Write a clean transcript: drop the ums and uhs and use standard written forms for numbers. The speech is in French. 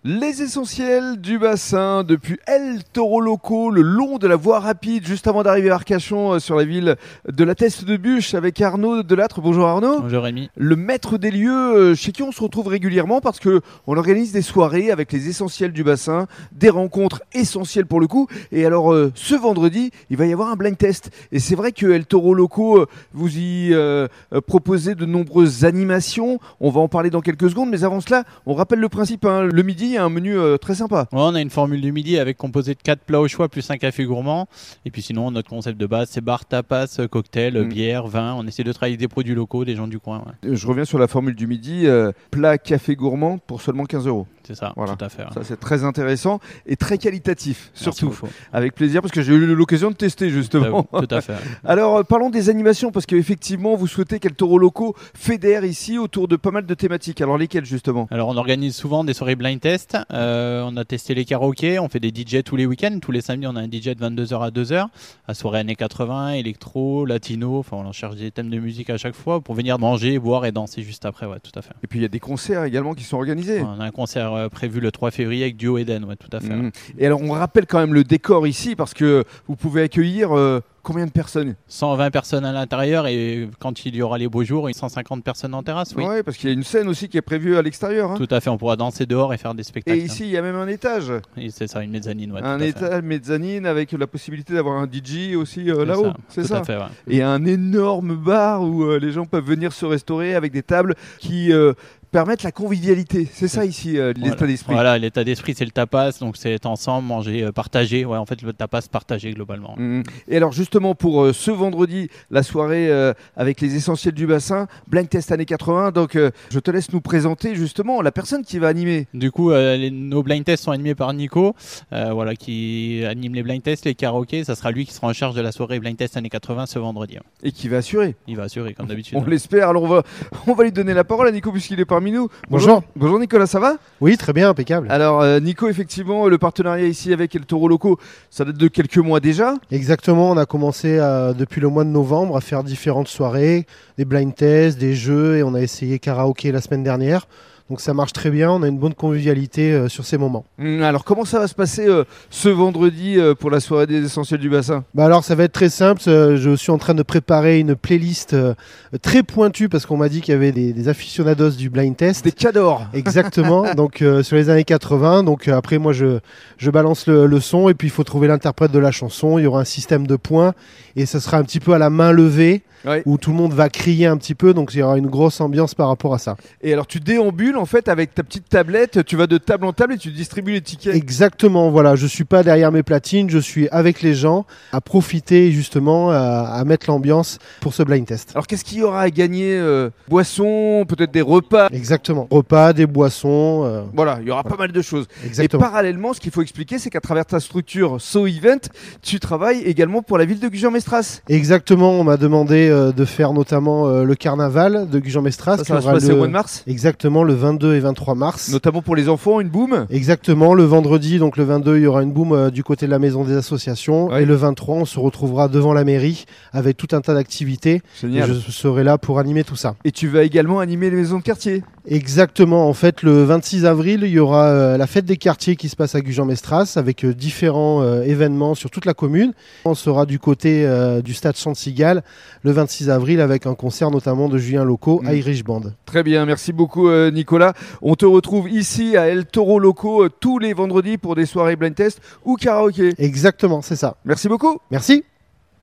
Les essentiels du bassin depuis El Toro Loco, le long de la voie rapide, juste avant d'arriver à Arcachon, sur la ville de la Teste de Buch, avec Arnaud Delattre. Bonjour Arnaud. Bonjour Rémi. Le maître des lieux, chez qui on se retrouve régulièrement parce qu'on organise des soirées avec les essentiels du bassin, des rencontres essentielles pour le coup. Et alors ce vendredi, il va y avoir un blind test. Et c'est vrai que El Toro Loco, vous y proposez de nombreuses animations. On va en parler dans quelques secondes, mais avant cela, on rappelle le principe, hein. Le midi, il y a un menu très sympa. Ouais, on a une formule du midi avec composé de 4 plats au choix plus un café gourmand. Et puis sinon, notre concept de base, c'est bar, tapas, cocktail, bière, vin. On essaie de travailler des produits locaux, des gens du coin. Ouais. Je reviens sur la formule du midi, plat, café gourmand pour seulement 15 €. C'est ça, voilà. Tout à fait. Ouais. Ça, c'est très intéressant et très qualitatif, surtout. Merci beaucoup. Avec plaisir, parce que j'ai eu l'occasion de tester, justement. Tout à fait. Ouais. Alors, parlons des animations, parce qu'effectivement, vous souhaitez qu'El Toro Loco fédère ici autour de pas mal de thématiques. Alors, lesquelles, justement? Alors, on organise souvent des soirées blind test. On a testé les karaokés. On fait des DJ tous les week-ends. Tous les samedis, on a un DJ de 22h à 2h. À soirée années 80, électro, latino. Enfin, on en cherche des thèmes de musique à chaque fois pour venir manger, boire et danser juste après. Ouais, tout à fait. Et puis, il y a des concerts également qui sont organisés. On a un concert prévu le 3 février avec Duo Eden. Ouais, tout à fait. Ouais. Et alors, on rappelle quand même le décor ici, parce que vous pouvez accueillir combien de personnes? 120 personnes à l'intérieur et quand il y aura les beaux jours, 150 personnes en terrasse. Oui, parce qu'il y a une scène aussi qui est prévue à l'extérieur. Hein. Tout à fait, on pourra danser dehors et faire des spectacles. Et ici, il y a même un étage. Et c'est ça, une mezzanine. Ouais, un étage mezzanine avec la possibilité d'avoir un DJ aussi là-haut. C'est ça. Tout à fait, ouais. Et un énorme bar où les gens peuvent venir se restaurer avec des tables qui permettent la convivialité. C'est ça ici, l'état d'esprit. Voilà, l'état d'esprit, c'est le tapas, donc c'est être ensemble, manger, partager. Ouais, en fait, le tapas partagé globalement. Et alors justement, pour ce vendredi, la soirée avec les essentiels du bassin, blind test années 80, donc je te laisse nous présenter justement la personne qui va animer. Du coup, nos blind tests sont animés par Nico, qui anime les blind tests, les karaokés. Ça sera lui qui sera en charge de la soirée blind test années 80 ce vendredi. Et qui va assurer. Il va assurer, comme d'habitude. On l'espère. Alors on va lui donner la parole à Nico puisqu'il est parmi nous. Bonjour. Bonjour Nicolas, ça va? Oui, très bien, impeccable. Alors Nico, effectivement, le partenariat ici avec El Toro Loco, ça date de quelques mois déjà. Exactement, on a commencé depuis le mois de novembre à faire différentes soirées, des blind tests, des jeux, et on a essayé karaoké la semaine dernière. Donc ça marche très bien, on a une bonne convivialité sur ces moments. Alors comment ça va se passer ce vendredi pour la soirée des essentiels du bassin? Alors ça va être très simple, je suis en train de préparer une playlist très pointue parce qu'on m'a dit qu'il y avait des aficionados du blind test. Des cadors. Exactement, donc sur les années 80. Donc après moi je balance le son et puis il faut trouver l'interprète de la chanson, il y aura un système de points et ça sera un petit peu à la main levée. Ouais. Où tout le monde va crier un petit peu, donc il y aura une grosse ambiance par rapport à ça. Et alors tu déambules en fait avec ta petite tablette, tu vas de table en table et tu distribues les tickets. Exactement, voilà, je suis pas derrière mes platines, je suis avec les gens à profiter justement, à mettre l'ambiance pour ce blind test. Alors qu'est-ce qu'il y aura à gagner? Boissons, peut-être des repas? Exactement, repas, des boissons. Voilà, il y aura pas mal de choses. Exactement. Et parallèlement, ce qu'il faut expliquer, c'est qu'à travers ta structure So Event, tu travailles également pour la ville de Gujan-Mestras. Exactement, on m'a demandé de faire notamment le carnaval de Gujan-Mestras. Ça va se passer au mois de mars. Exactement, le 22 et 23 mars. Notamment pour les enfants, une boum. Exactement, le vendredi, donc le 22, il y aura une boum du côté de la maison des associations. Ouais. Et le 23, on se retrouvera devant la mairie avec tout un tas d'activités. Génial. Et je serai là pour animer tout ça. Et tu vas également animer les maisons de quartier. Exactement, en fait, le 26 avril, il y aura la fête des quartiers qui se passe à Gujan-Mestras avec différents événements sur toute la commune. On sera du côté du stade Chantigal le 26 avril avec un concert notamment de Julien Loco à Irish Band. Très bien, merci beaucoup Nicolas. On te retrouve ici à El Toro Loco tous les vendredis pour des soirées blind test ou karaoké. Exactement, c'est ça. Merci beaucoup. Merci.